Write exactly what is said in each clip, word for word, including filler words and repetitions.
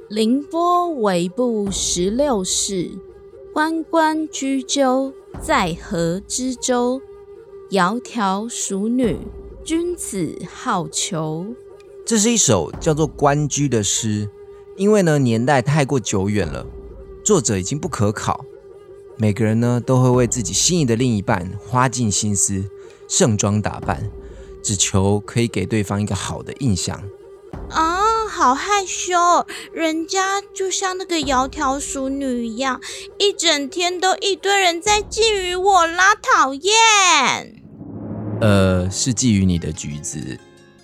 凌波微步十六世，关关雎鸠，在河之洲。窈窕淑女，君子好逑。 这是一首叫做《关雎》的诗，因为呢年代太过久远了，作者已经不可考。每个人呢都会为自己心仪的另一半花尽心思，盛装打扮，只求可以给对方一个好的印象。 啊，好害羞，人家就像那个窈窕淑女一样，一整天都一堆人在觊觎我啦，讨厌。 呃，是觊觎你的橘子。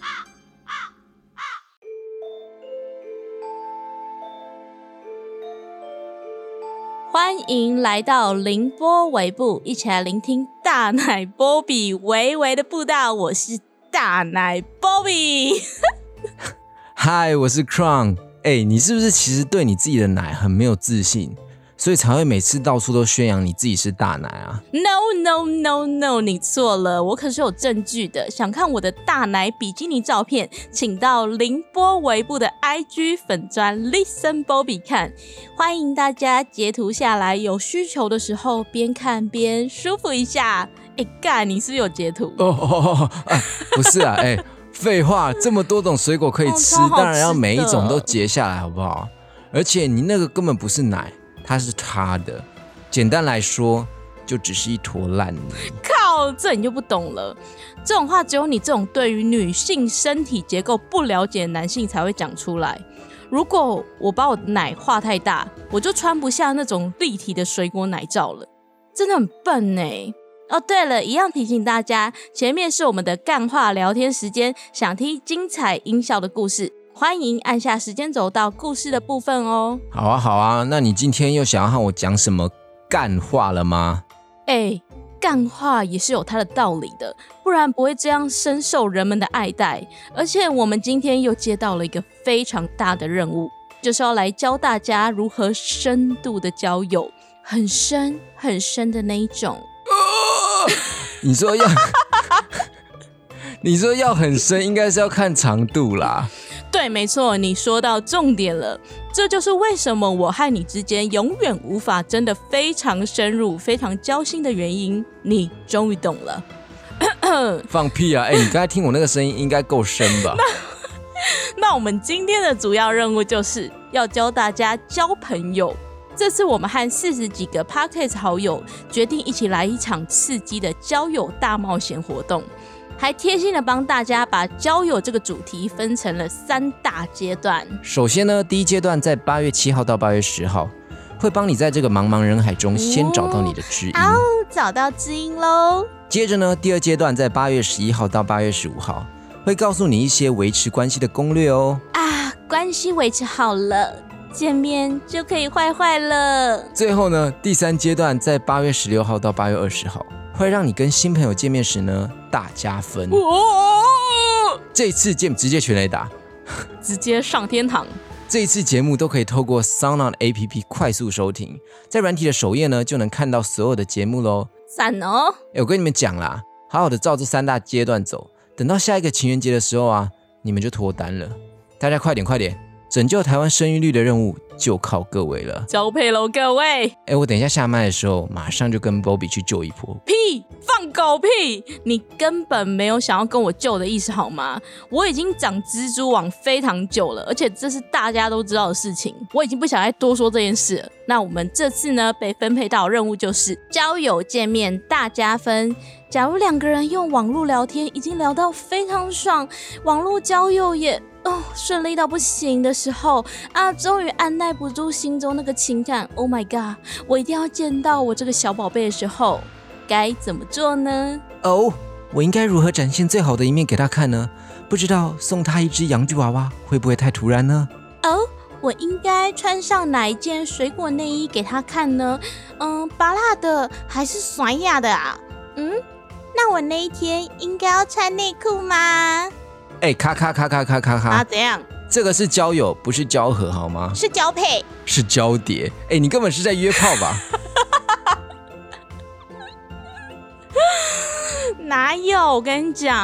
欢迎来到凌波微步，一起来聆听大奶波比微微的步道。我是大奶波比。 嗨，我是 Crown。欸，你是不是其实对你自己的奶很没有自信，所以才会每次到处都宣扬你自己是大奶啊？ No no no no， 你错了，我可是有证据的。想看我的大奶比基尼照片，请到凌波微步的 I G 粉专 Listen Bobby 看。欢迎大家截图下来，有需求的时候边看边舒服一下。哎，干，你是不是有截图？ 哦哦哦，啊，不是啊，哎。废话，这么多种水果可以吃， 哦， 当然要每一种都截下来，好不好？而且你那个根本不是奶，它是他的。简单来说，就只是一坨烂泥。 靠，这你就不懂了。这种话只有你这种对于女性身体结构不了解的男性才会讲出来。如果我把我的奶画太大，我就穿不下那种立体的水果奶罩了，真的很笨欸。哦，对了，一样提醒大家，前面是我们的干话聊天时间，想听精彩音效的故事，欢迎按下时间轴到故事的部分哦。 好啊，好啊，那你今天又想要和我讲什么干话了吗？ 哎，干话也是有它的道理的，不然不会这样深受人们的爱戴。而且我们今天又接到了一个非常大的任务，就是要来教大家如何深度的交友，很深很深的那一种。 你说要你说要很深，应该是要看长度啦。 对，没错，你说到重点了。这就是为什么我和你之间永远无法真的非常深入、非常交心的原因。你终于懂了。 放屁啊！哎、欸，你刚才听我那个声音应该够深吧？ 那, 那我们今天的主要任务就是要教大家交朋友。这次我们和四十几个 Podcast 好友决定一起来一场刺激的交友大冒险活动，还贴心的帮大家把交友这个主题分成了三大阶段。 首先呢，第一阶段在八月七号到八月十号，会帮你在这个茫茫人海中先找到你的知音。 哦，找到知音咯。 接着呢，第二阶段在八月十一号到八月十五号，会告诉你一些维持关系的攻略哦。 啊，关系维持好了，见面就可以坏坏了。 最后呢，第三阶段在八月十六号到八月二十号，会让你跟新朋友见面时呢大加分。哦，这一次见直接全垒打， 直接上天堂。 这一次节目都可以透过 SoundOn A P P 快速收听，在软体的首页呢就能看到所有的节目咯。 赞哦！ 欸，我跟你们讲啦，好好的照这三大阶段走，等到下一个情人节的时候啊，你们就脱单了。大家快点快点！拯救台湾生育率的任务就靠各位了， 交配喽各位！ 哎，我等一下下麦的时候，马上就跟 Bobby 去救一波。 屁，放狗屁！你根本没有想要跟我救的意思好吗？我已经长蜘蛛网非常久了，而且这是大家都知道的事情，我已经不想再多说这件事了。那我们这次呢，被分配到的任务就是交友见面大加分。假如两个人用网络聊天已经聊到非常爽，网络交友也哦顺利到不行的时候啊，终于按耐不住心中那个情感 ，Oh my god， 我一定要见到我这个小宝贝的时候，该怎么做呢？ 哦，我应该如何展现最好的一面给他看呢？不知道送他一只洋具娃娃会不会太突然呢？ 哦，我应该穿上哪一件水果内衣给他看呢？嗯，芭乐的还是酸雅的啊？嗯，那我那一天应该要穿内裤吗？ 哎，咔咔咔咔咔咔咔！ 啊，怎样？ 这个是交友，不是交合，好吗？ 是交配， 是交叠。哎，你根本是在约炮吧？ 哪有？我跟你讲，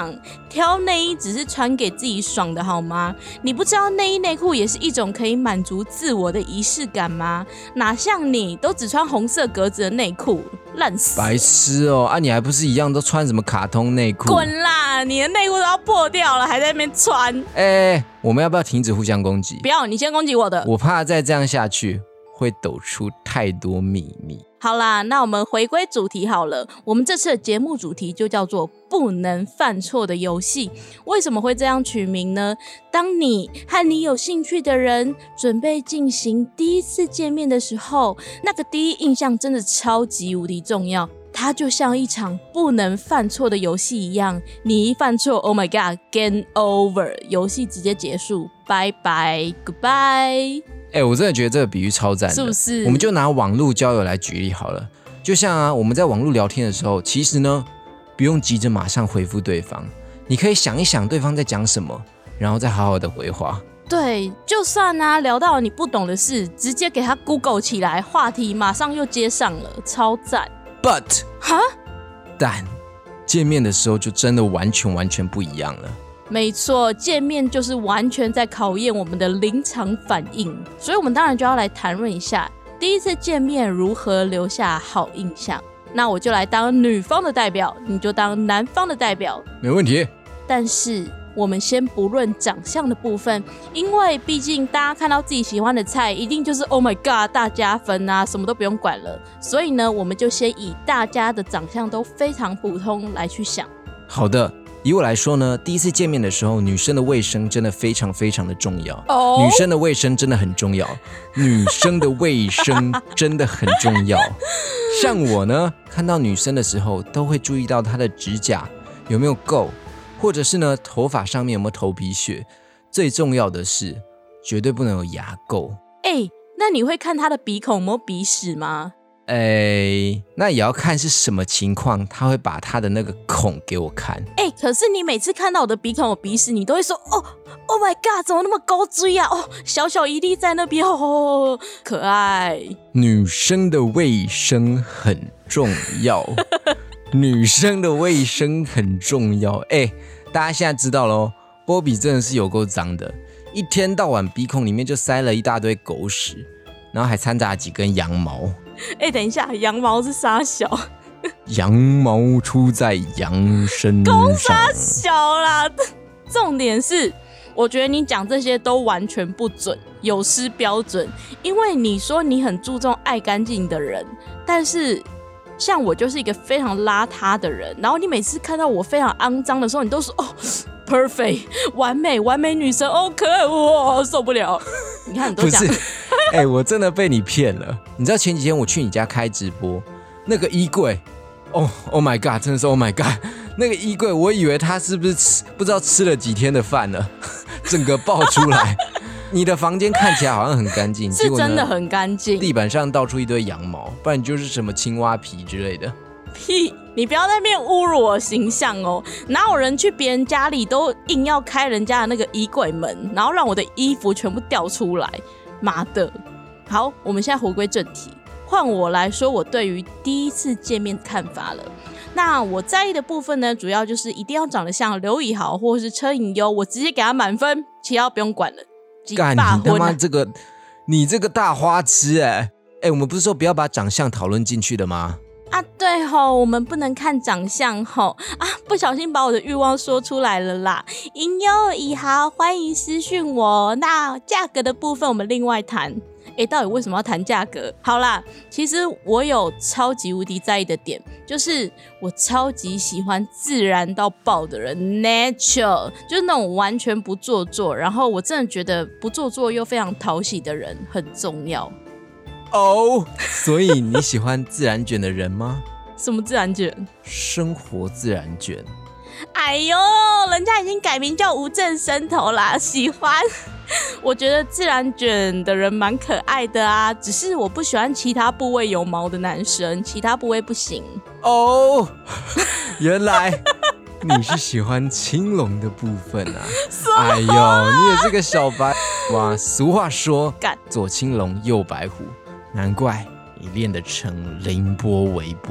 挑内衣只是穿给自己爽的好吗？你不知道内衣内裤也是一种可以满足自我的仪式感吗？哪像你都只穿红色格子的内裤，烂死！ 白痴哦！啊，你还不是一样都穿什么卡通内裤？ 滚啦！你的内裤都要破掉了，还在那边穿。 哎、欸，我们要不要停止互相攻击？ 不要，你先攻击我的。 我怕再这样下去会抖出太多秘密。 好啦，那我们回归主题好了。我们这次的节目主题就叫做不能犯错的游戏。为什么会这样取名呢？当你和你有兴趣的人准备进行第一次见面的时候，那个第一印象真的超级无敌重要。它就像一场不能犯错的游戏一样，你一犯错 ，Oh my God， game over， 游戏直接结束，拜拜 ，Goodbye。 哎、欸，我真的觉得这个比喻超赞的， 是不是？ 我们就拿网络交友来举例好了。就像啊，我们在网络聊天的时候，其实呢，不用急着马上回复对方，你可以想一想对方在讲什么，然后再好好的回话。 对，就算啊聊到你不懂的事，直接给他 Google 起来，话题马上又接上了，超赞。 But 哈， 但见面的时候就真的完全完全不一样了。 没错，见面就是完全在考验我们的临场反应，所以我们当然就要来谈论一下第一次见面如何留下好印象。那我就来当女方的代表，你就当男方的代表， 没问题。 但是我们先不论长相的部分，因为毕竟大家看到自己喜欢的菜，一定就是 Oh my God 大加分啊，什么都不用管了。所以呢，我们就先以大家的长相都非常普通来去想。 好的。以我来说呢，第一次见面的时候，女生的卫生真的非常非常的重要。 Oh? 女生的卫生真的很重要，女生的卫生真的很重要。像我呢，看到女生的时候，都会注意到她的指甲有没有够，或者是呢，头发上面有没有头皮屑。最重要的是，绝对不能有牙垢。 哎、欸，那你会看她的鼻孔有没有鼻屎吗？ 哎，那也要看是什么情况，他会把他的那个孔给我看。 哎、欸，可是你每次看到我的鼻孔有鼻屎，你都会说哦 ，Oh my God， 怎么那么高追啊？哦，小小一粒在那边，哦，可爱。 女生的卫生很重要，女生的卫生很重要。哎、欸，大家现在知道咯，波比真的是有够脏的，一天到晚鼻孔里面就塞了一大堆狗屎，然后还掺杂几根羊毛。 哎、欸，等一下，羊毛是啥小？ 羊毛出在羊身上， 公啥小啦？重点是，我觉得你讲这些都完全不准，有失标准。因为你说你很注重爱干净的人，但是像我就是一个非常邋遢的人，然后你每次看到我非常肮脏的时候，你都说哦 ，perfect， 完美，完美女神，哦，可爱，我受不了。你看，你都讲。 哎、欸，我真的被你骗了。你知道前几天我去你家开直播，那个衣柜，哦 ，Oh my God， 真的是 Oh my God， 那个衣柜，我以为他是不是吃不知道吃了几天的饭了，整个爆出来。你的房间看起来好像很干净， 是真的很干净， 地板上到处一堆羊毛，不然你就是什么青蛙皮之类的。 屁！你不要在那边侮辱我形象哦！哪有人去别人家里都硬要开人家的那个衣柜门，然后让我的衣服全部掉出来？妈的！好，我们现在回归正题，换我来说我对于第一次见面的看法了。那我在意的部分呢，主要就是一定要长得像刘以豪或是车银优，我直接给他满分，其他不用管了。 干你他妈这个，你这个大花痴哎、欸！哎、欸，我们不是说不要把长相讨论进去的吗？ 啊，对吼，我们不能看长相吼啊！不小心把我的欲望说出来了啦。银优以豪，欢迎私讯我。那价格的部分我们另外谈。哎，到底为什么要谈价格？好啦，其实我有超级无敌在意的点，就是我超级喜欢自然到爆的人 ，natural， 就是那种完全不做作，然后我真的觉得不做作又非常讨喜的人很重要。 哦，所以你喜欢自然卷的人吗？ 什么自然卷？ 生活自然卷。 哎呦，人家已经改名叫无正生头啦，喜欢。我觉得自然卷的人蛮可爱的啊，只是我不喜欢其他部位有毛的男生，其他部位不行。 哦，原来你是喜欢青龙的部分啊！哎呦，你也是个小白哇！俗话说，左青龙右白虎，难怪你练得成凌波微步。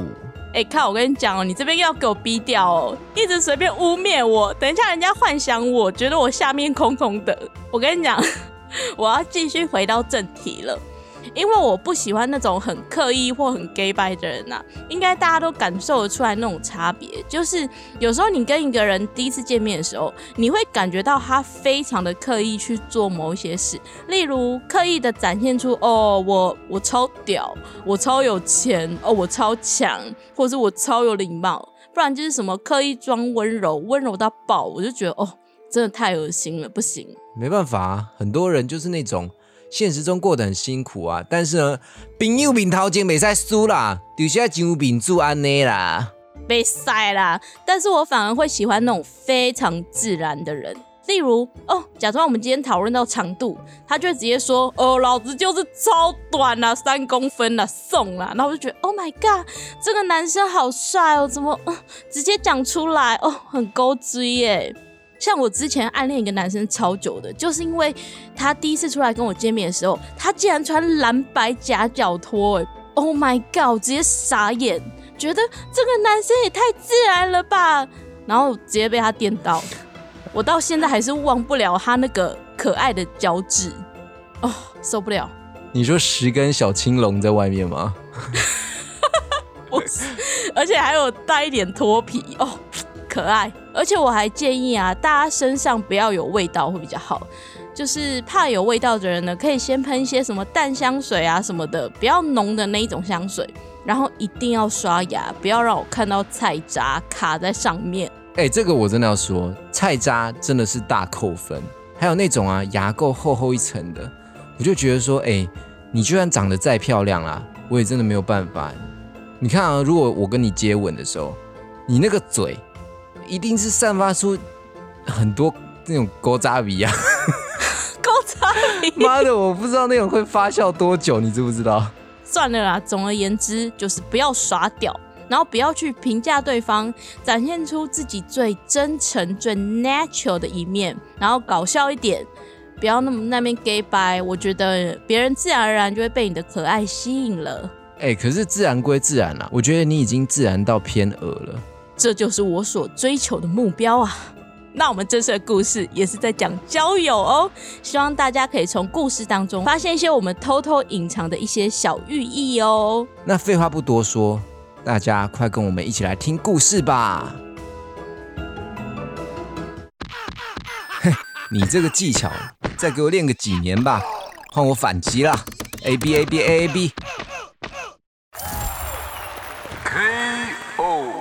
哎、欸，靠！我跟你讲哦，你这边要给我逼掉哦，一直随便污蔑我，等一下人家幻想我觉得我下面空空的。我跟你讲，我要继续回到正题了。因为我不喜欢那种很刻意或很 gay 掰的人啊，应该大家都感受得出来那种差别。就是有时候你跟一个人第一次见面的时候，你会感觉到他非常的刻意去做某一些事，例如刻意的展现出哦，我我超屌，我超有钱，哦，我超强，或者是我超有礼貌，不然就是什么刻意装温柔，温柔到爆，我就觉得哦，真的太恶心了，不行。 没办法啊，很多人就是那种。现实中过得很辛苦啊，但是呢，朋友面头前袂使输啦，就是要上面子安尼啦， 被塞啦。但是我反而会喜欢那种非常自然的人，例如哦，假装我们今天讨论到长度，他就会直接说哦，老子就是超短啦，三公分啦，送啦。然后我就觉得 Oh my god， 这个男生好帅哦，怎么、呃、直接讲出来哦，很勾追耶。像我之前暗恋一个男生超久的，就是因为他第一次出来跟我见面的时候，他竟然穿蓝白夹脚拖、欸、Oh my god， 我直接傻眼，觉得这个男生也太自然了吧，然后直接被他电到，我到现在还是忘不了他那个可爱的脚趾，哦，受不了。 你说十根小青龙在外面吗？ 不是，而且还有带一点脱皮哦，可爱。而且我还建议啊，大家身上不要有味道会比较好，就是怕有味道的人呢，可以先喷一些什么淡香水啊什么的，不要浓的那一种香水，然后一定要刷牙，不要让我看到菜渣卡在上面。 哎、欸，这个我真的要说，菜渣真的是大扣分。还有那种啊牙垢厚厚一层的，我就觉得说，哎、欸，你就算长得再漂亮啦，我也真的没有办法。你看啊，如果我跟你接吻的时候，你那个嘴一定是散发出很多那种勾渣味啊， 勾渣味， 妈的，我不知道那种会发酵多久，你知不知道？ 算了啦，总而言之就是不要耍屌，然后不要去评价对方，展现出自己最真诚、最 natural 的一面，然后搞笑一点，不要那么那边 gay 掰，我觉得别人自然而然就会被你的可爱吸引了。 哎、欸，可是自然归自然啦，我觉得你已经自然到偏恶了。 这就是我所追求的目标啊！那我们这次的故事也是在讲交友哦，希望大家可以从故事当中发现一些我们偷偷隐藏的一些小寓意哦。 那废话不多说，大家快跟我们一起来听故事吧！嘿，你这个技巧再给我练个几年吧，换我反击啦 ！A B A B A A B。K O。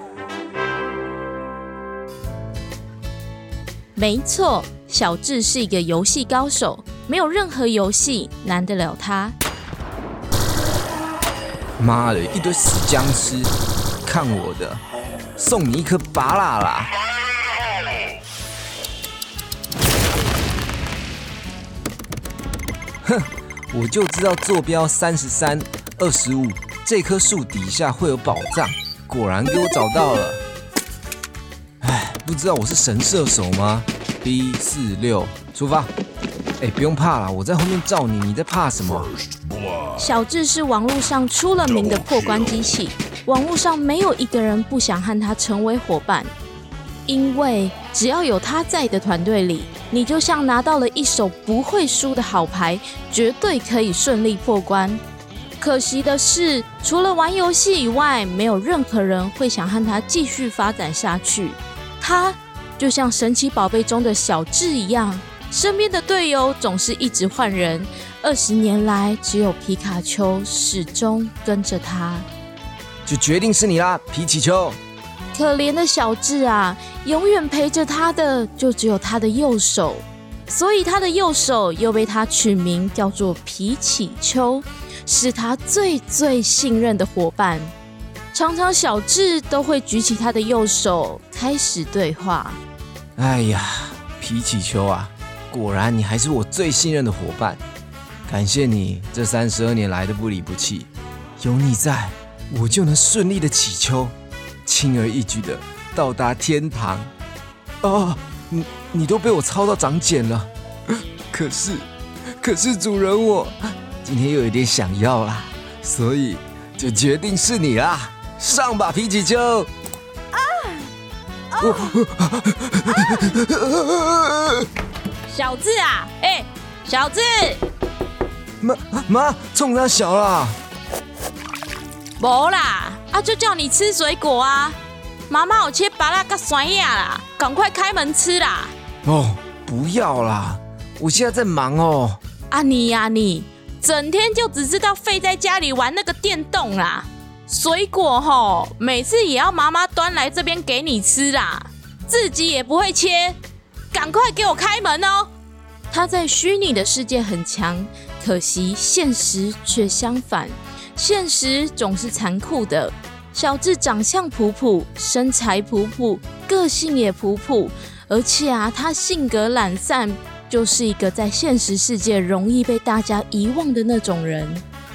没错，小智是一个游戏高手，没有任何游戏难得了他。 妈的，一堆死僵尸！看我的，送你一颗芭乐啦！哼，我就知道坐标三十三、二十五这棵树底下会有宝藏，果然给我找到了。哎，不知道我是神射手吗 ？B 四六，出发！哎，不用怕啦，我在后面罩你，你在怕什么？ 小智是网络上出了名的破关机器，网络上没有一个人不想和他成为伙伴，因为只要有他在的团队里，你就像拿到了一手不会输的好牌，绝对可以顺利破关。可惜的是，除了玩游戏以外，没有任何人会想和他继续发展下去。他就像神奇宝贝中的小智一样，身边的队友总是一直换人，二十年来只有皮卡丘始终跟着他。 就决定是你啦，皮奇丘。 可怜的小智啊，永远陪着他的就只有他的右手，所以他的右手又被他取名叫做皮奇丘，是他最最信任的伙伴。常常小智都会举起他的右手开始对话。 哎呀，皮奇丘啊，果然你还是我最信任的伙伴，感谢你这三十二年来的不离不弃，有你在，我就能顺利的祈求，轻而易举的到达天堂。哦，你你都被我操到长茧了，可是可是主人我今天又有点想要啦，所以就决定是你啦， 上吧，皮吉丘！啊！哦啊小智啊，哎、欸，小智！ 妈妈，冲他小啦！ 无啦，啊就叫你吃水果啊！妈妈有切芭乐跟酸芽啦，赶快开门吃啦！ 哦，不要啦，我现在在忙哦。 啊你呀、啊、你，整天就只知道废在家里玩那个电动啦。水果吼，每次也要妈妈端来这边给你吃啦，自己也不会切，赶快给我开门哦！他在虚拟的世界很强，可惜现实却相反。现实总是残酷的。小智长相普普，身材普普，个性也普普，而且啊，他性格懒散，就是一个在现实世界容易被大家遗忘的那种人。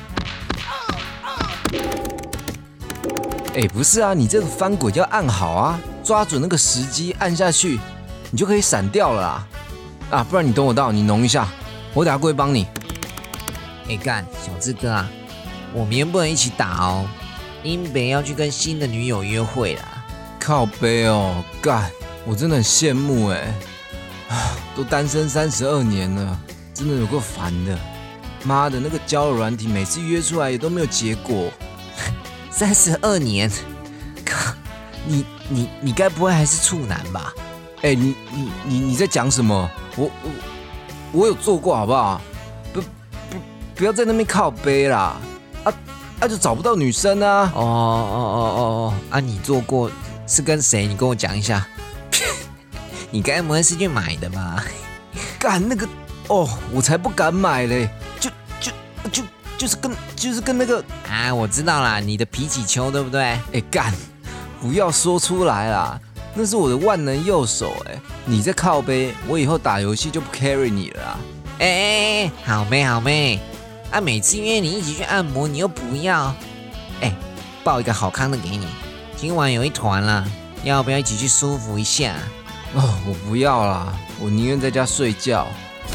哎、欸，不是啊，你这个翻滚要按好啊，抓准那个时机按下去，你就可以闪掉了啦。啊，不然你等我到，你弄一下，我等下过去帮你。 哎、欸，干，小智哥啊，我明天不能一起打哦，因北要去跟新的女友约会啦。 靠北哦，干，我真的很羡慕哎，都单身三十二年了，真的有够烦的。妈的，那个交友软体每次约出来也都没有结果。 三十二年，靠，你你你该不会还是处男吧？ 哎、欸，你你你你在讲什么？我我我有做过好不好？不不不要在那边靠北啦！啊啊，就找不到女生啊！ 哦哦哦哦哦，啊，你做过是跟谁？你跟我讲一下。你该不会是去买的吧？ 干那个哦，我才不敢买嘞！就就就就是跟就是跟那个啊，我知道啦，你的皮起丘对不对？ 哎、欸、干，不要说出来啦，那是我的万能右手哎！你在靠背，我以后打游戏就不 carry 你了啦！ 哎哎哎，好妹好妹，啊，每次约你一起去按摩，你又不要，哎，报一个好康的给你，今晚有一团啦，要不要一起去舒服一下？ 哦，我不要啦，我宁愿在家睡觉。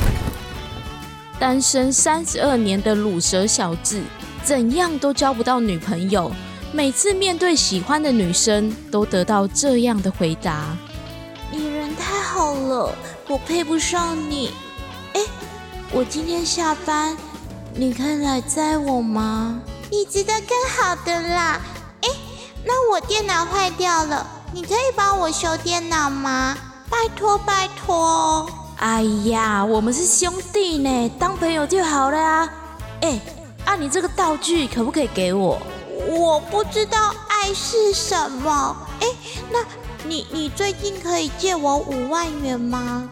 单身三十二年的鲁蛇小智，怎样都交不到女朋友。每次面对喜欢的女生，都得到这样的回答：“ 你人太好了，我配不上你。哎，我今天下班，你可以来载我吗？你值得更好的啦。哎，那我电脑坏掉了，你可以帮我修电脑吗？拜托拜托。” 哎呀，我们是兄弟呢，当朋友就好了啊！哎，啊，你这个道具可不可以给我？ 我不知道爱是什么。哎，那你你最近可以借我五万元吗？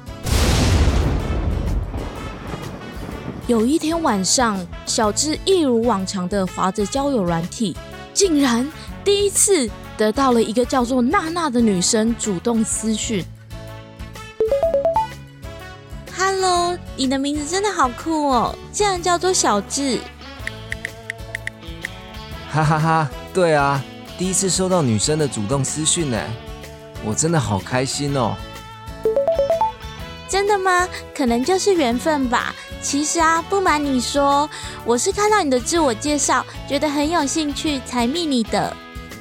有一天晚上，小智一如往常的滑着交友软体，竟然第一次得到了一个叫做娜娜的女生主动私讯。 Hello， 你的名字真的好酷哦，竟然叫做小智。 哈哈哈，对啊，第一次收到女生的主动私讯呢，我真的好开心哦。 真的吗？可能就是缘分吧。其实啊，不瞒你说，我是看到你的自我介绍，觉得很有兴趣才密你的。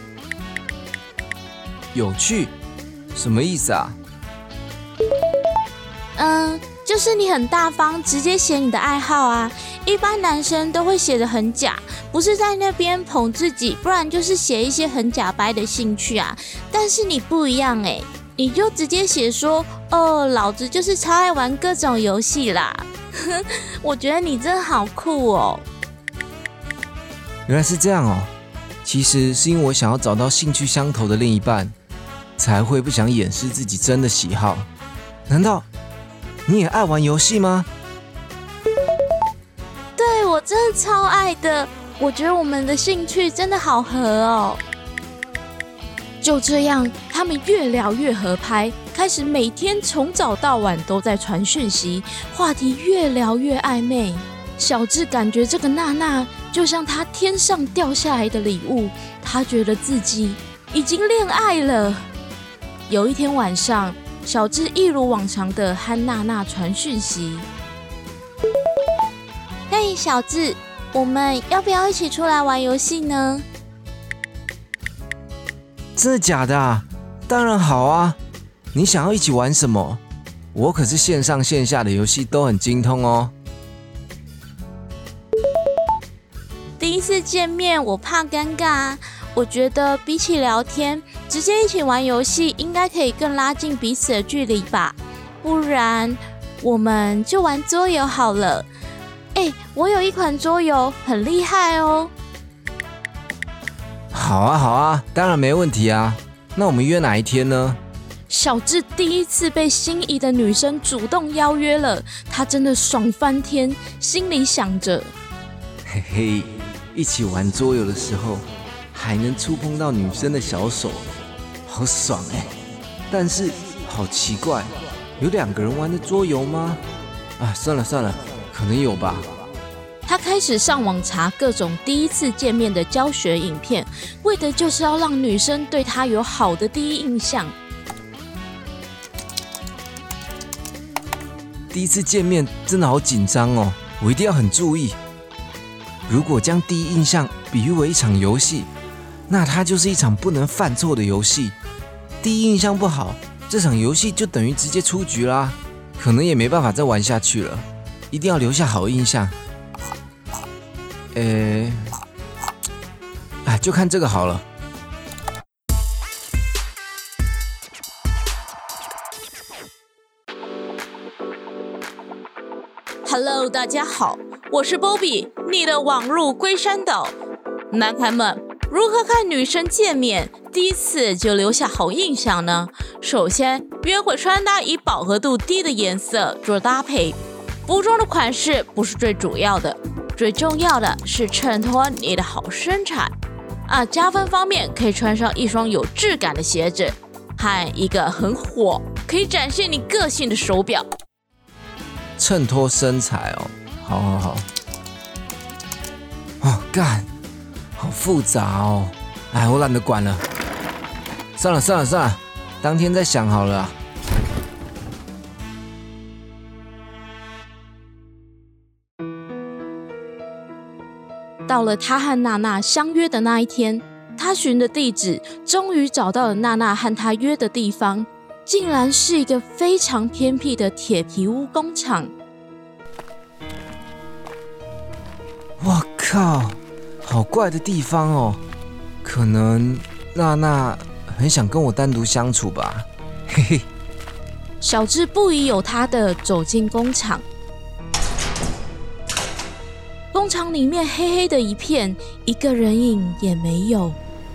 有趣？什么意思啊？ 嗯，就是你很大方，直接写你的爱好啊。一般男生都会写得很假，不是在那边捧自己，不然就是写一些很假掰的兴趣啊。但是你不一样哎，你就直接写说，哦，老子就是超爱玩各种游戏啦。我觉得你真的好酷哦。 原来是这样哦。其实是因为我想要找到兴趣相投的另一半，才会不想掩饰自己真的喜好。难道你也爱玩游戏吗？ 对，我真的超爱的。我觉得我们的兴趣真的好合哦。 就这样，他们越聊越合拍，开始每天从早到晚都在传讯息，话题越聊越暧昧。小智感觉这个娜娜就像他天上掉下来的礼物，他觉得自己已经恋爱了。有一天晚上，小智一如往常的和娜娜传讯息。 嘿，小智，我们要不要一起出来玩游戏呢？ 真的假的啊？当然好啊！你想要一起玩什么？我可是线上线下的游戏都很精通哦。 第一次见面，我怕尴尬啊。我觉得比起聊天，直接一起玩游戏应该可以更拉近彼此的距离吧。不然，我们就玩桌游好了。哎，我有一款桌游很厉害哦。 好啊，好啊，当然没问题啊。那我们约哪一天呢？ 小智第一次被心仪的女生主动邀约了，他真的爽翻天，心里想着： 嘿嘿，一起玩桌游的时候，还能触碰到女生的小手，好爽哎！但是好奇怪，有两个人玩的桌游吗？啊，算了算了，可能有吧。 他开始上网查各种第一次见面的教学影片，为的就是要让女生对他有好的第一印象。 第一次见面真的好紧张哦，我一定要很注意。如果将第一印象比喻为一场游戏，那它就是一场不能犯错的游戏。第一印象不好，这场游戏就等于直接出局啦，可能也没办法再玩下去了。一定要留下好印象。呃，哎，就看这个好了。 Hello， 大家好，我是 Bobby， 你的网路龟山岛。男孩们，如何看女生见面第一次就留下好印象呢？首先，约会穿搭以饱和度低的颜色做搭配，服装的款式不是最主要的，最重要的是衬托你的好身材。啊，加分方面可以穿上一双有质感的鞋子，和一个很火可以展现你个性的手表。 衬托身材哦，好好好。哦，干，好复杂哦。哎，我懒得管了，算了算了算了，当天再想好了啊。 到了他和娜娜相约的那一天，他寻的地址终于找到了娜娜和他约的地方，竟然是一个非常偏僻的铁皮屋工厂。 我靠，好怪的地方哦！可能娜娜很想跟我单独相处吧，嘿嘿。 小智不疑有他的走进工厂，工厂里面黑黑的一片，一个人影也没有。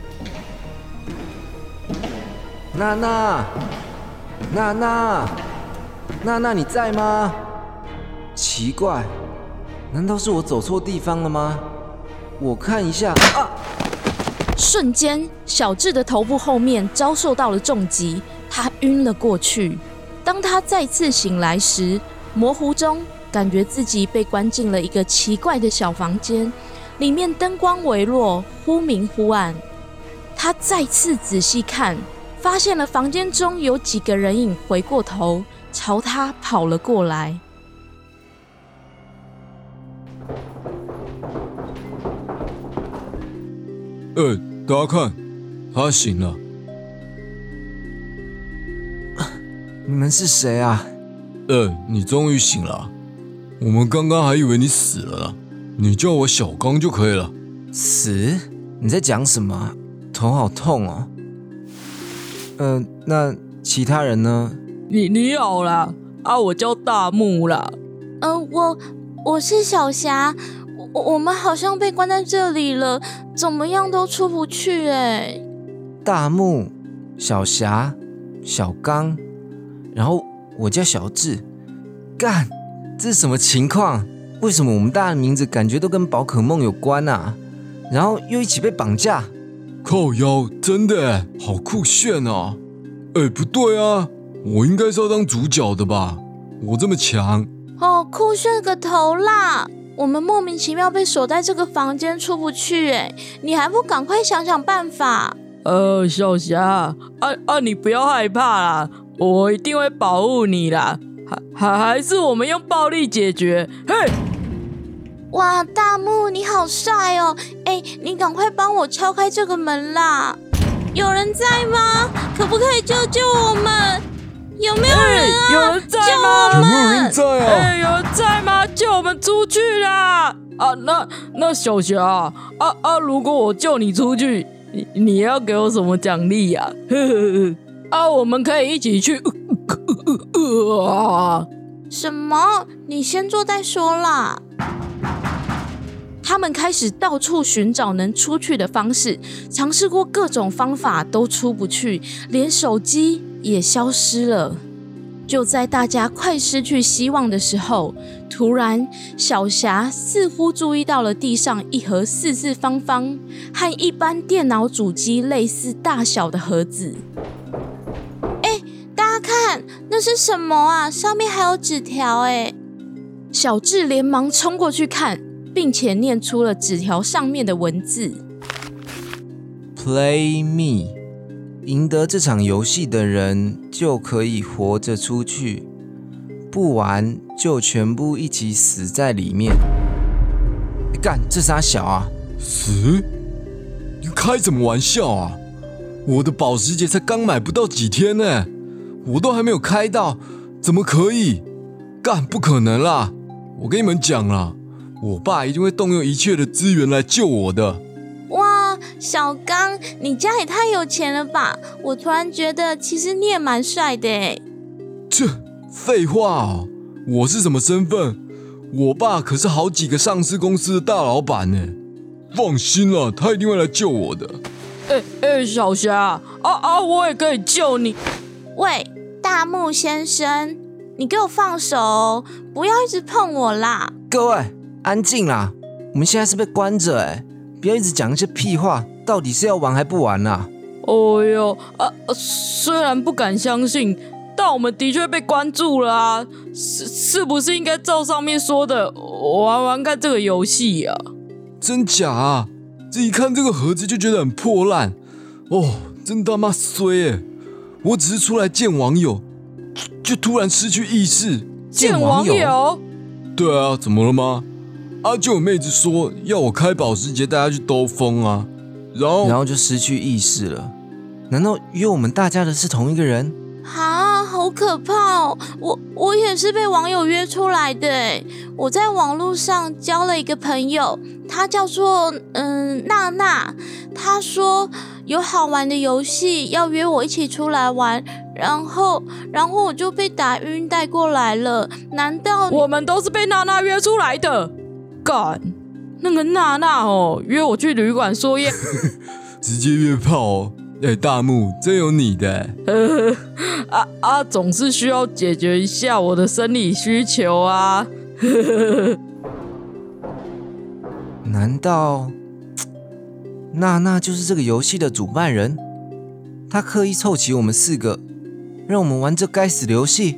娜娜，娜娜，娜娜，你在吗？奇怪，难道是我走错地方了吗？我看一下啊！ 瞬间，小智的头部后面遭受到了重击，他晕了过去。当他再次醒来时，模糊中感觉自己被关进了一个奇怪的小房间，里面灯光微弱，忽明忽暗。他再次仔细看，发现了房间中有几个人影回过头，朝他跑了过来。 哎、欸，大家看，他醒了。 你们是谁啊？ 哎、欸，你终于醒了。我们刚刚还以为你死了呢。你叫我小刚就可以了。 死？你在讲什么？头好痛哦。嗯、呃，那其他人呢？ 你你好啦，啊，我叫大木啦。 呃，我我是小霞，我我们好像被关在这里了，怎么样都出不去哎。 大木、小霞、小刚，然后我叫小智。干，这是什么情况？为什么我们大家的名字感觉都跟宝可梦有关啊？然后又一起被绑架？ 靠腰，真的耶，好酷炫哦！哎，不对啊，我应该是要当主角的吧？我这么强。 哦，酷炫个头啦！我们莫名其妙被锁在这个房间出不去，哎，你还不赶快想想办法？ 呃，小霞，啊啊，你不要害怕啦，我一定会保护你啦。还还还是我们用暴力解决？嘿！ 哇，大木你好帅哦！哎，你赶快帮我敲开这个门啦！ 有人在吗？可不可以救救我们？有没有人啊？ 欸、有人在吗？ 有没有人在啊？ 哎、欸，有人在吗？救我们出去啦！啊，那那小霞啊啊！如果我救你出去，你你要给我什么奖励呀？啊，我们可以一起去。啊！ 什么？你先做再说啦。 他们开始到处寻找能出去的方式，尝试过各种方法都出不去，连手机也消失了。就在大家快失去希望的时候，突然小霞似乎注意到了地上一盒四四方方和一般电脑主机类似大小的盒子。 哎，大家看，那是什么啊？上面还有纸条哎！ 小智连忙冲过去看，并且念出了纸条上面的文字 ：Play me。赢得这场游戏的人就可以活着出去，不玩就全部一起死在里面。干，这啥小啊？ 死？你开什么玩笑啊？我的保时捷才刚买不到几天呢，我都还没有开到，怎么可以？干，不可能啦！我跟你们讲啦，我爸一定会动用一切的资源来救我的。 哇，小刚，你家也太有钱了吧！我突然觉得，其实你也蛮帅的诶。 这废话哦，我是什么身份？我爸可是好几个上市公司的大老板呢。放心啦，他一定会来救我的。 哎、欸、哎、欸，小霞，啊啊，我也可以救你。 喂，大木先生，你给我放手哦，不要一直碰我啦！ 各位，安静啦！我们现在是被关着哎。不要一直讲一些屁话，到底是要玩还不玩啊？ 哦哟啊！虽然不敢相信，但我们的确被关注了啊！是是不是应该照上面说的玩玩看这个游戏啊？ 真假啊？这一看这个盒子就觉得很破烂哦，真他妈衰耶！我只是出来见网友，就, 就突然失去意识。 见网友？ 对啊，怎么了吗？啊，就有妹子说要我开保时捷带她去兜风啊，然后然后就失去意识了。难道约我们大家的是同一个人？ 啊，好可怕哦！我我也是被网友约出来的诶。我在网络上交了一个朋友，他叫做嗯娜娜，他说有好玩的游戏要约我一起出来玩，然后然后我就被打晕带过来了。难道我们都是被娜娜约出来的？干，那个娜娜哦，约我去旅馆说夜， 直接约炮哦！哎、欸，大木，真有你的。 呃，啊啊，总是需要解决一下我的生理需求啊。 难道娜娜就是这个游戏的主办人？她刻意凑齐我们四个，让我们玩这该死的游戏。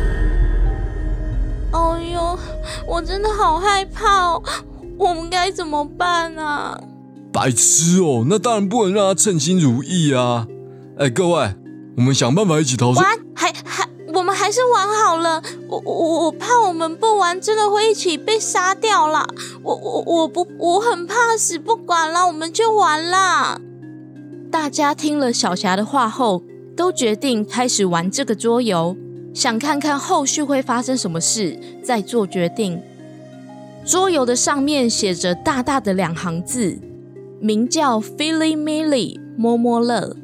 哦哟，我真的好害怕哦！我们该怎么办啊？ 白痴哦，那当然不能让他称心如意啊！哎，各位，我们想办法一起逃出。 玩还还，我们还是玩好了。我我我怕我们不玩，真的会一起被杀掉啦。我我我不我很怕死，不管啦，我们就玩啦。 大家听了小霞的话后，都决定开始玩这个桌游，想看看后续会发生什么事，再做决定。桌游的上面写着大大的两行字，名叫 Philly Milly 摸摸乐。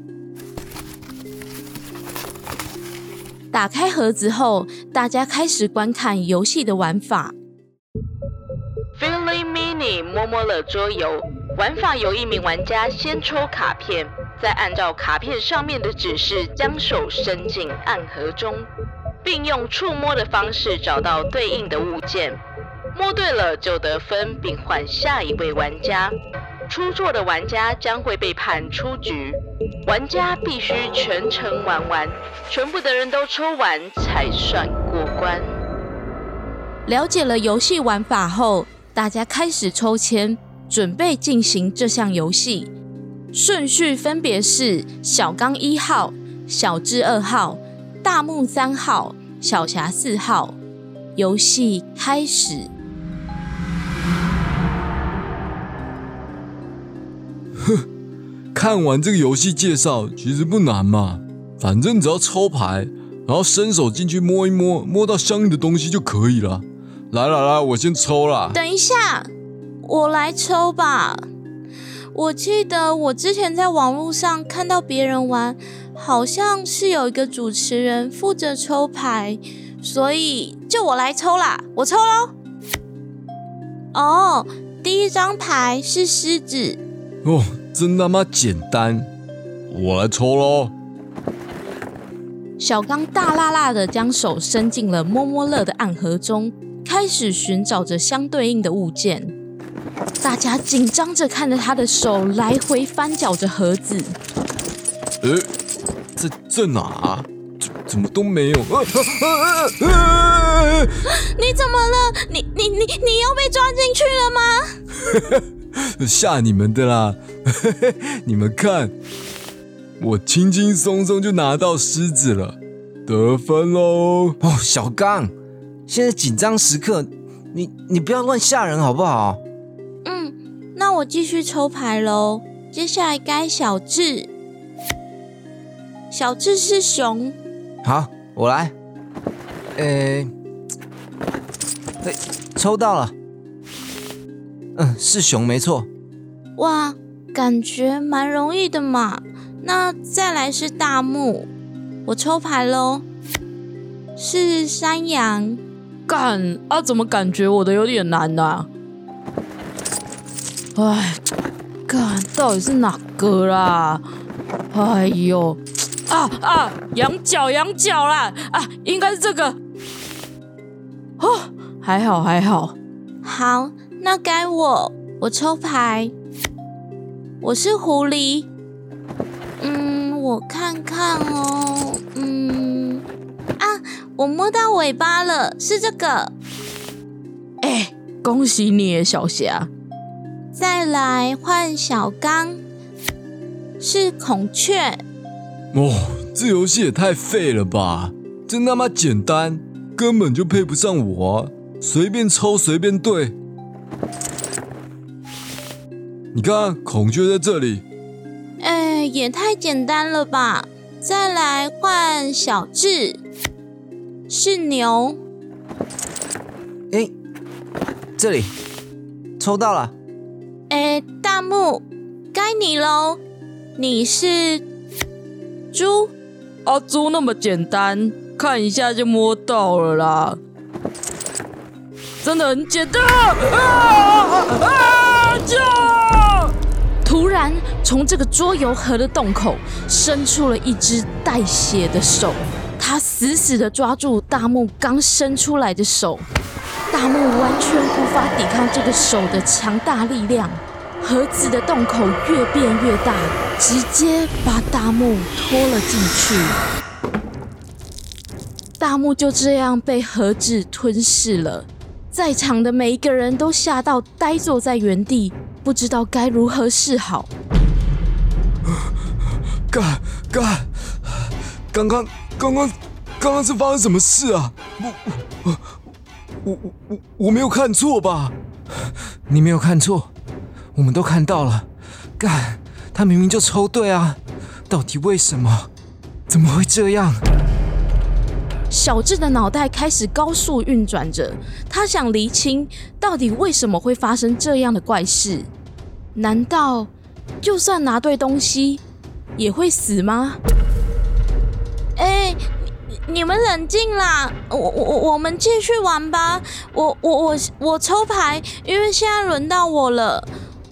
打开盒子后，大家开始观看游戏的玩法。 Philly Mini 摸摸乐桌游玩法由一名玩家先抽卡片，再按照卡片上面的指示将手伸进暗盒中，并用触摸的方式找到对应的物件。摸对了就得分，并换下一位玩家。出错的玩家将会被判出局。玩家必须全程玩完，全部的人都抽完才算过关。 了解了游戏玩法后，大家开始抽签，准备进行这项游戏。顺序分别是小刚一号、小智二号、大木三号、小霞四号。游戏开始。 哼， 看完这个游戏介绍，其实不难嘛，反正只要抽牌，然后伸手进去摸一摸，摸到相应的东西就可以了。来来来，我先抽啦。 等一下，我来抽吧。我记得我之前在网络上看到别人玩，好像是有一个主持人负责抽牌，所以就我来抽啦。我抽咯。哦，第一张牌是狮子。 哦，真他妈简单，我来抽咯。 小刚大辣辣的将手伸进了摸摸乐的暗盒中，开始寻找着相对应的物件。大家紧张着看着他的手来回翻搅着盒子。 诶，这这哪啊？怎怎么都没有？啊啊啊啊、 你怎么了？你你你你又被抓进去了吗？吓你们的啦！你们看，我轻轻松松就拿到狮子了，得分喽！ 哦，小刚，现在紧张时刻，你你不要乱吓人好不好？ 嗯，那我继续抽牌喽。接下来该小智，小智是熊。 好，我来。呃，对，抽到了。嗯，是熊没错。 哇，感觉蛮容易的嘛。那再来是大木，我抽牌咯，是山羊。 干啊，怎么感觉我的有点难啊？哎，干，到底是哪个啦？哎呦，啊啊，羊角羊角啦！啊，应该是这个。哦，还好还好。 好，那该我，我抽牌，我是狐狸。嗯，我看看哦，嗯，啊，我摸到尾巴了，是这个。 哎，恭喜你，小霞。 再来换小刚，是孔雀。 哦，这游戏也太废了吧！真他妈简单，根本就配不上我啊！随便抽随便对。你看，孔雀在这里。 哎，也太简单了吧！再来换小智，是牛。 哎，这里抽到了。 哎，大木，该你喽。你是猪。 啊，猪那么简单，看一下就摸到了啦。真的很简单啊！啊！救！突然，从这个桌游盒的洞口伸出了一只带血的手，他死死地抓住大木刚伸出来的手。大木完全无法抵抗这个手的强大力量，盒子的洞口越变越大，直接把大木拖了进去。大木就这样被盒子吞噬了，在场的每一个人都吓到呆坐在原地，不知道该如何是好。 干干，刚刚刚刚刚刚是发生什么事啊？我我我我我我没有看错吧？ 你没有看错，我们都看到了。干，他明明就抽对啊，到底为什么？怎么会这样？ 小智的脑袋开始高速运转着，他想厘清到底为什么会发生这样的怪事。难道就算拿对东西也会死吗？ 哎，你你们冷静啦，我我我们继续玩吧。我我我我抽牌，因为现在轮到我了。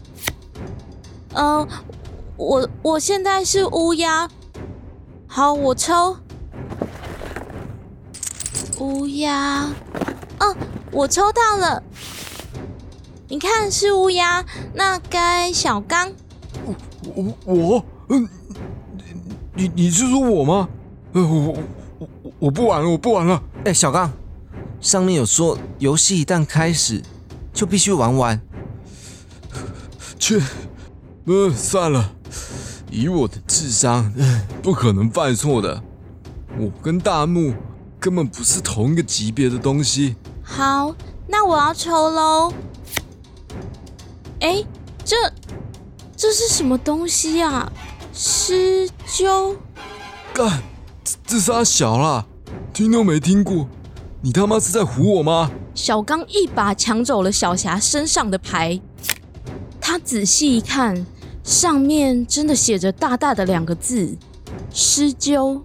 嗯、呃，我我现在是乌鸦。好，我抽乌鸦。哦，我抽到了。你看是乌鸦，那该小刚。 我我嗯，你你是说我吗？呃，我我我不玩了，我不玩了。 哎，小刚，上面有说游戏一旦开始就必须玩完。 去，呃，算了，以我的智商，不可能犯错的。我跟大木根本不是同一个级别的东西。 好，那我要抽喽。哎，这这是什么东西啊？施灸？ 干，这这啥小啦？听都没听过，你他妈是在唬我吗？ 小刚一把抢走了小霞身上的牌，他仔细一看，上面真的写着大大的两个字：施灸。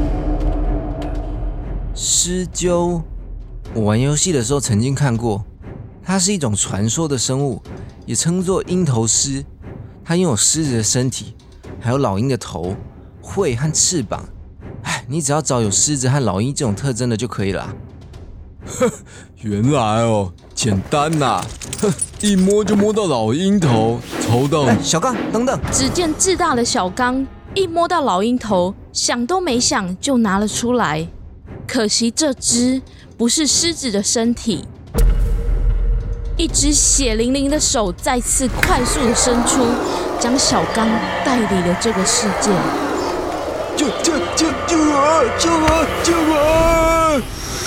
狮鹫，我玩游戏的时候曾经看过，它是一种传说的生物，也称作鹰头狮。它拥有狮子的身体，还有老鹰的头、喙和翅膀。哎，你只要找有狮子和老鹰这种特征的就可以了。 哼，原来哦，简单呐、啊，哼，一摸就摸到老鹰头，抽到哎，小刚，等等！ 只见自大的小刚一摸到老鹰头，想都没想就拿了出来。可惜这只不是狮子的身体，一只血淋淋的手再次快速的伸出，将小刚带离了这个世界。 救救救救我！救我！救我！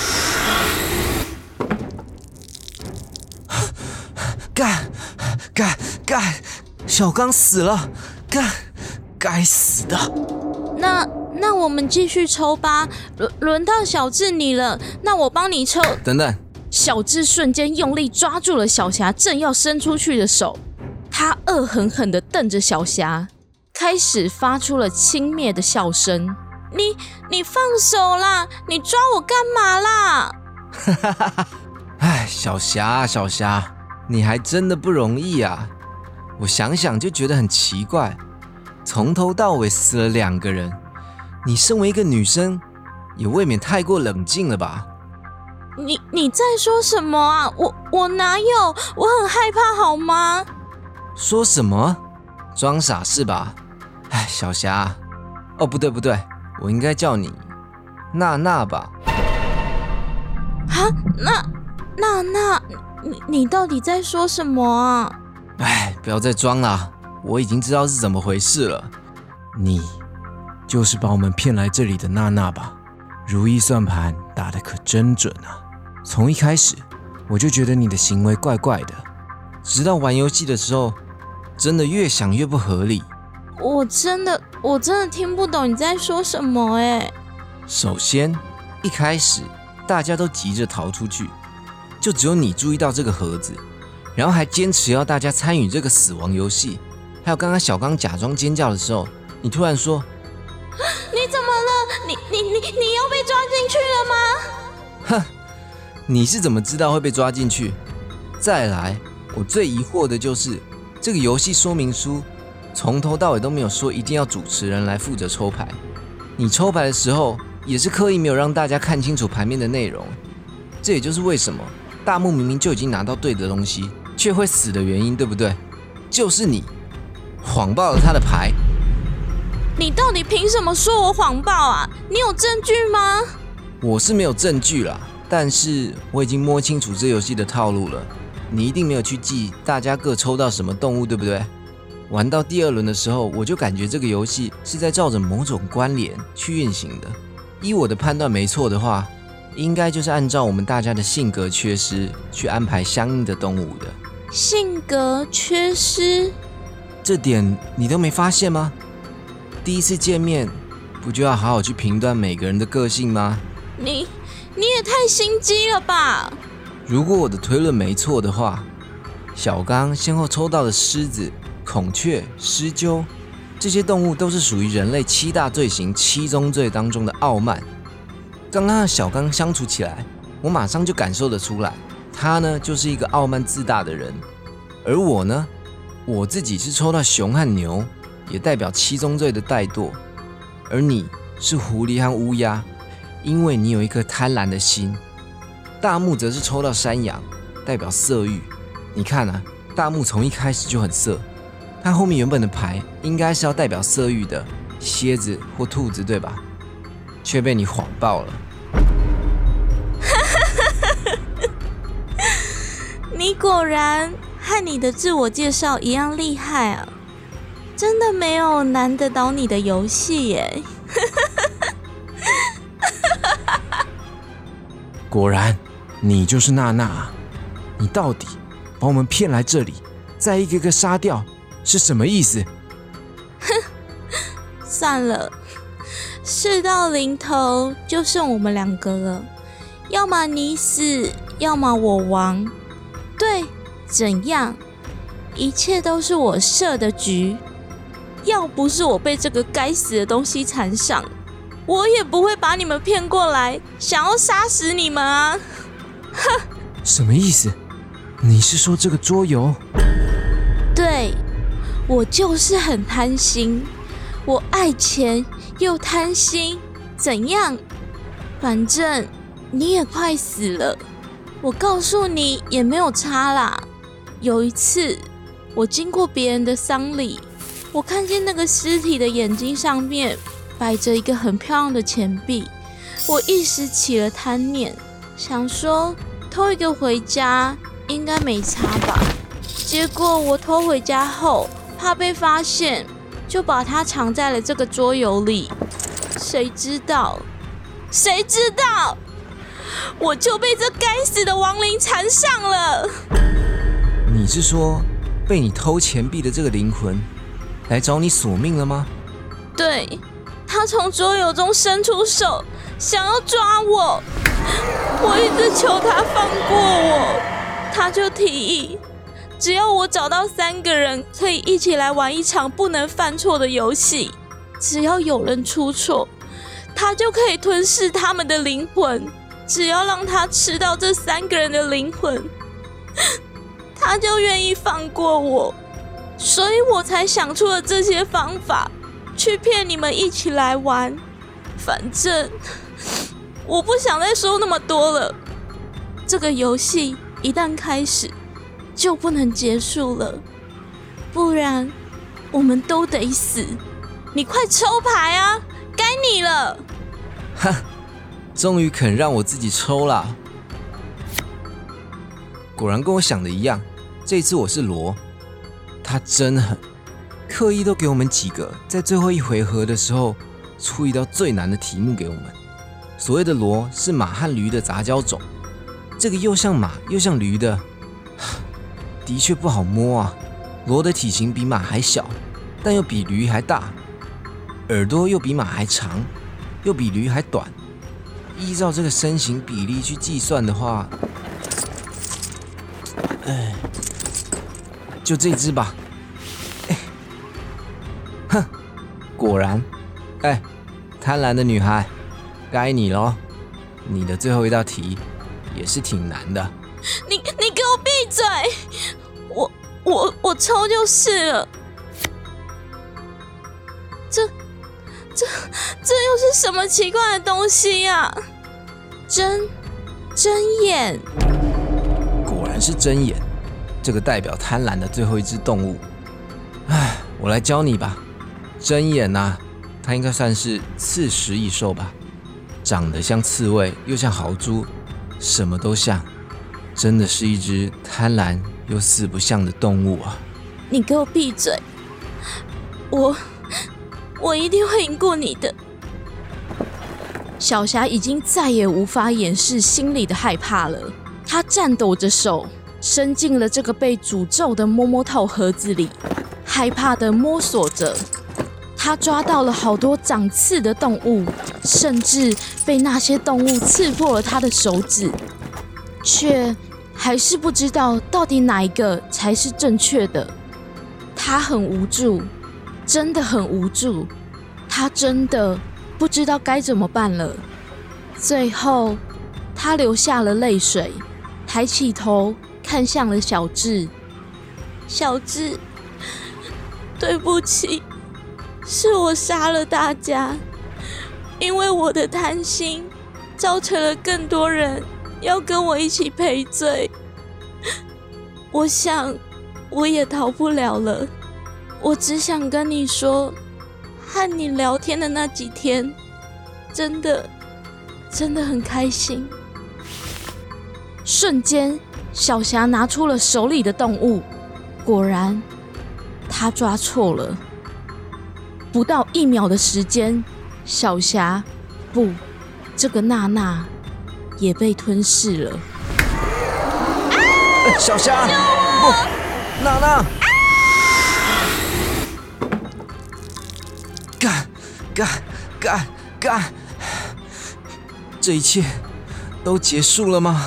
干干干！小刚死了！干，该死的！ 那那我们继续抽吧，轮轮到小智你了，那我帮你抽。 等等！ 小智瞬间用力抓住了小霞正要伸出去的手，他恶狠狠地瞪着小霞，开始发出了轻蔑的笑声。你你放手啦！你抓我干嘛啦？ 哈哈哈哈！哎，小霞小霞，你还真的不容易啊！我想想就觉得很奇怪，从头到尾死了两个人，你身为一个女生，也未免太过冷静了吧？ 你你在说什么啊？我我哪有？我很害怕好吗？ 说什么？装傻是吧？哎，小霞，哦不对不对，我应该叫你娜娜吧？ 哈，那那那，你你到底在说什么啊？ 哎，不要再装了，我已经知道是怎么回事了。你就是把我们骗来这里的娜娜吧？如意算盘打得可真准啊！从一开始我就觉得你的行为怪怪的，直到玩游戏的时候，真的越想越不合理。 我真的我真的听不懂你在说什么哎。 首先，一开始大家都急着逃出去，就只有你注意到这个盒子，然后还坚持要大家参与这个死亡游戏。还有刚刚小刚假装尖叫的时候，你突然说：“ 你怎么了？你你你你又被抓进去了吗？” 哼，你是怎么知道会被抓进去？再来，我最疑惑的就是这个游戏说明书从头到尾都没有说一定要主持人来负责抽牌。你抽牌的时候也是刻意没有让大家看清楚牌面的内容，这也就是为什么大木明明就已经拿到对的东西，却会死的原因，对不对？就是你谎报了他的牌。 你到底凭什么说我谎报啊？你有证据吗？ 我是没有证据啦，但是我已经摸清楚这游戏的套路了。你一定没有去记大家各抽到什么动物，对不对？玩到第二轮的时候，我就感觉这个游戏是在照着某种关联去运行的。依我的判断没错的话，应该就是按照我们大家的性格缺失去安排相应的动物的。 性格缺失？ 这点你都没发现吗？第一次见面，不就要好好去评断每个人的个性吗？ 你你也太心机了吧！ 如果我的推论没错的话，小刚先后抽到的狮子、孔雀、狮鹫这些动物都是属于人类七大罪行七宗罪当中的傲慢。刚刚和小刚相处起来，我马上就感受得出来，他呢就是一个傲慢自大的人，而我呢，我自己是抽到熊和牛，也代表七宗罪的怠惰，而你是狐狸和乌鸦，因为你有一颗贪婪的心。大木则是抽到山羊，代表色欲。你看啊，大木从一开始就很色，他后面原本的牌应该是要代表色欲的蝎子或兔子，对吧？却被你谎报了。 你果然和你的自我介绍一样厉害啊！真的没有难得倒你的游戏耶！ 果然，你就是娜娜啊！你到底把我们骗来这里，再一个个杀掉， 是什么意思？ 算了，事到临头就剩我们两个了，要么你死，要么我亡。对，怎样？一切都是我设的局。要不是我被这个该死的东西缠上，我也不会把你们骗过来，想要杀死你们啊！哼！ 什么意思？你是说这个桌游？ 对，我就是很贪心，我爱钱又贪心，怎样？反正你也快死了，我告诉你也没有差啦。有一次，我经过别人的丧礼，我看见那个尸体的眼睛上面摆着一个很漂亮的钱币，我一时起了贪念，想说偷一个回家应该没差吧。结果我偷回家后，怕被发现，就把它藏在了这个桌游里。谁知道？谁知道？我就被这该死的亡灵缠上了。 你是说被你偷钱币的这个灵魂来找你索命了吗？ 对，他从桌游中伸出手，想要抓我。我一直求他放过我，他就提议，只要我找到三个人可以一起来玩一场不能犯错的游戏，只要有人出错，他就可以吞噬他们的灵魂。只要让他吃到这三个人的灵魂，他就愿意放过我。所以我才想出了这些方法，去骗你们一起来玩。反正我不想再说那么多了，这个游戏一旦开始就不能结束了，不然我们都得死。你快抽牌啊，该你了。 哈，终于肯让我自己抽啦。果然跟我想的一样，这次我是罗。他真狠，刻意都给我们几个在最后一回合的时候出一道最难的题目给我们。所谓的罗是马和驴的杂交种，这个又像马又像驴的，的确不好摸啊。罗的体型比马还小，但又比驴还大，耳朵又比马还长，又比驴还短。依照这个身形比例去计算的话，哎，就这只吧。哎，哼，果然，哎，贪婪的女孩，该你咯。你的最后一道题也是挺难的。 你你给我闭嘴！我我我抽就是了。这这这又是什么奇怪的东西呀、啊？针针眼， 果然是针眼，这个代表贪婪的最后一只动物。唉，我来教你吧。针眼啊，它应该算是刺食异兽吧，长得像刺猬，又像豪猪，什么都像，真的是一只贪婪又四不像的动物啊！ 你给我闭嘴！我我一定会赢过你的。 小霞已经再也无法掩饰心里的害怕了，她颤抖着手伸进了这个被诅咒的摸摸套盒子里，害怕地摸索着。她抓到了好多长刺的动物，甚至被那些动物刺破了她的手指，却还是不知道到底哪一个才是正确的。她很无助，真的很无助，她真的不知道该怎么办了。最后，她流下了泪水，抬起头看向了小智。 小智，对不起，是我杀了大家，因为我的贪心，造成了更多人要跟我一起赔罪。我想，我也逃不了了。我只想跟你说，和你聊天的那几天，真的，真的很开心。 瞬间，小霞拿出了手里的动物，果然，她抓错了。不到一秒的时间，小霞，不，这个娜娜也被吞噬了。 啊、小霞，不，娜娜。啊干干干！这一切都结束了吗？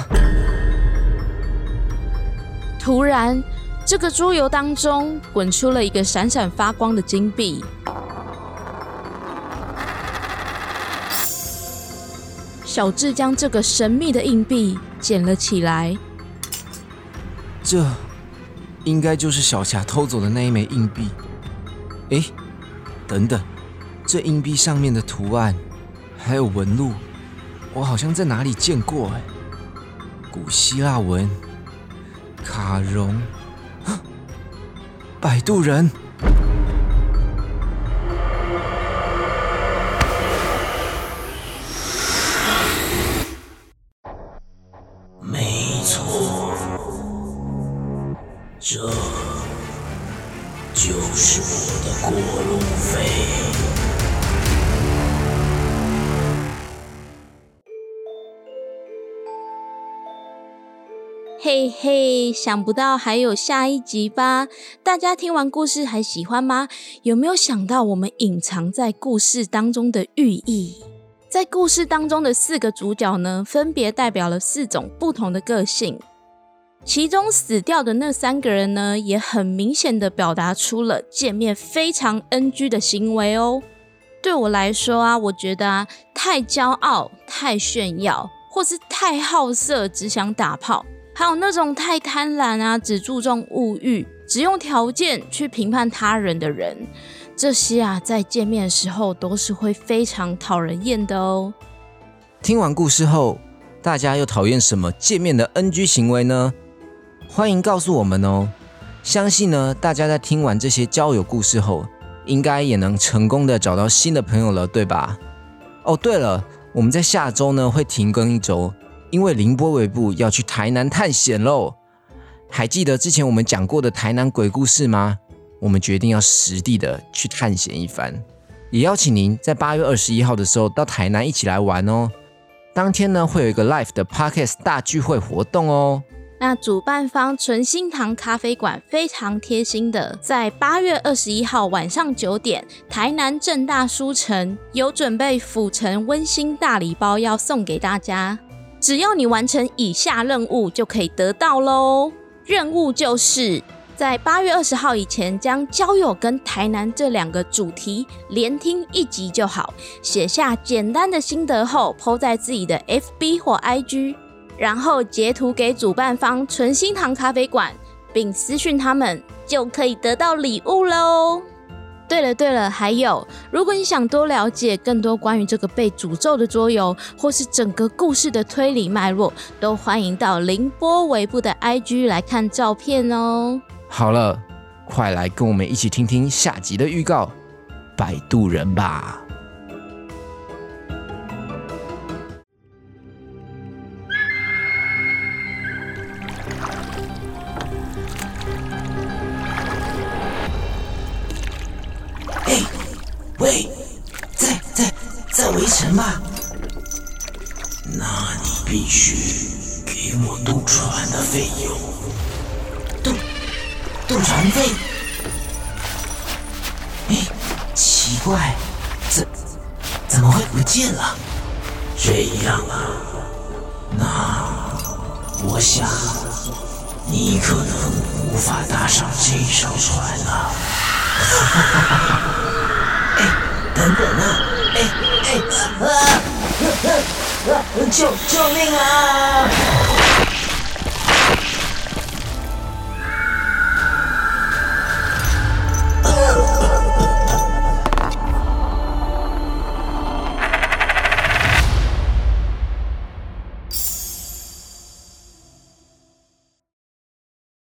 突然，这个桌游当中滚出了一个闪闪发光的金币。小智将这个神秘的硬币捡了起来。 这应该就是小霞偷走的那一枚硬币。诶，等等，这硬币上面的图案还有纹路，我好像在哪里见过哎。古希腊文，卡戎，摆渡人。 没错，这就是我的过路费。 嘿嘿，想不到还有下一集吧？大家听完故事还喜欢吗？有没有想到我们隐藏在故事当中的寓意？在故事当中的四个主角呢，分别代表了四种不同的个性。其中死掉的那三个人呢，也很明显的表达出了见面非常 N G 的行为哦。对我来说啊，我觉得啊，太骄傲、太炫耀，或是太好色，只想打炮，还有那种太贪婪啊，只注重物欲，只用条件去评判他人的人，这些啊，在见面的时候都是会非常讨人厌的哦。 听完故事后，大家又讨厌什么见面的 N G 行为呢？欢迎告诉我们哦。相信呢，大家在听完这些交友故事后，应该也能成功的找到新的朋友了，对吧？哦，对了，我们在下周呢会停更一周，因为凌波微步要去台南探险喽。还记得之前我们讲过的台南鬼故事吗？我们决定要实地的去探险一番，也邀请您在八月二十一号的时候到台南一起来玩哦。当天呢会有一个 live 的 podcast 大聚会活动哦。 那主办方纯心堂咖啡馆非常贴心的，在八月二十一号晚上九点，台南政大书城有准备府城温馨大礼包要送给大家，只要你完成以下任务就可以得到咯。任务就是在八月二十号以前，将交友跟台南这两个主题连听一集就好，写下简单的心得后 po 在自己的 F B 或 I G， 然后截图给主办方纯心堂咖啡馆，并私讯他们，就可以得到礼物咯。对了对了，还有，如果你想多了解更多关于这个被诅咒的桌游，或是整个故事的推理脉络，都欢迎到凌波微步的 I G 来看照片哦。 好了，快来跟我们一起听听下集的预告，摆渡人吧。 哎，喂，在在在围城吧？那你必须给我渡船的费用。渡渡船费？哎，奇怪，怎怎么会不见了？这样啊，那我想你可能无法搭上这艘船了。哎，等等啊！哎哎啊！救救命啊！